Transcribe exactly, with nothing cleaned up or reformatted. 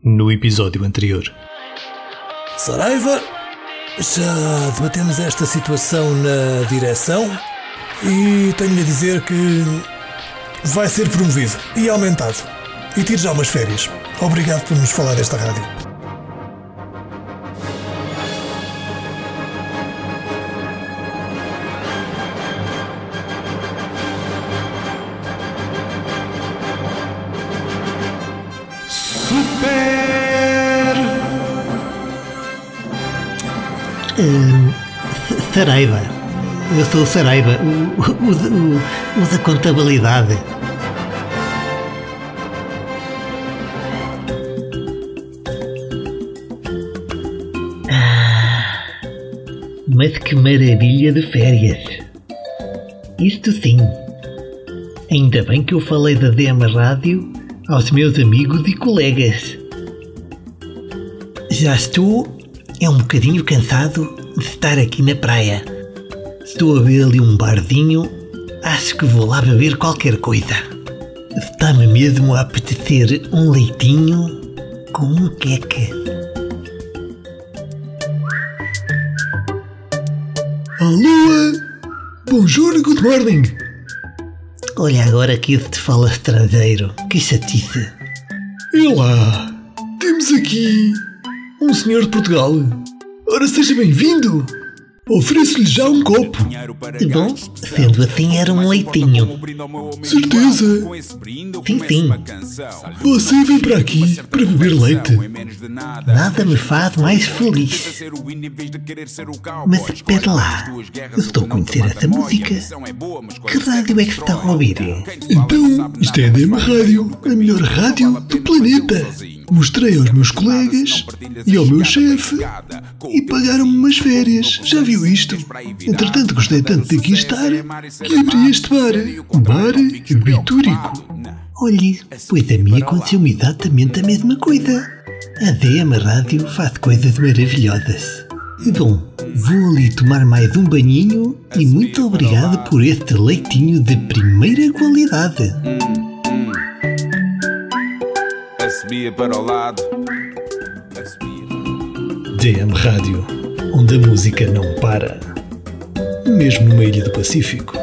no episódio anterior. Saraiva, já debatemos esta situação na direção e tenho-lhe a dizer que vai ser promovido e aumentado. E tire já umas férias. Obrigado por nos falar desta rádio. Super! Uh, Saraiva. Eu sou o Saraiva, o, o, o, o da contabilidade. Ah, mas que maravilha de férias. Isto sim. Ainda bem que eu falei da D M Rádio aos meus amigos e colegas. Já estou é um bocadinho cansado de estar aqui na praia. Estou a ver ali um barzinho, acho que vou lá beber qualquer coisa. Está-me mesmo a apetecer um leitinho com um queque. Alô? Bonjour, good morning. Olha agora que isso te fala estrangeiro, que chatice. E lá, temos aqui um senhor de Portugal. Ora, seja bem-vindo. Ofereço-lhe já um copo. Bom, sendo assim era um leitinho. Certeza? Sim, sim. Você vem para aqui para beber leite. Nada me faz mais feliz. Mas espera lá, eu estou a conhecer essa música. Que rádio é que está a ouvir? Então, isto é a D M Rádio, a melhor rádio do planeta. Mostrei aos meus colegas e ao meu chefe e pagaram-me umas férias. Já viu isto? Entretanto, gostei tanto de aqui estar que abri este bar. O bar Bitúrico. Olhe, pois a mim aconteceu-me exatamente a mesma coisa. A D M Rádio faz coisas maravilhosas. Bom, vou ali tomar mais um banhinho e muito obrigado por este leitinho de primeira qualidade. Subia para o lado. D M Rádio, onde a música não para, mesmo numa ilha do Pacífico.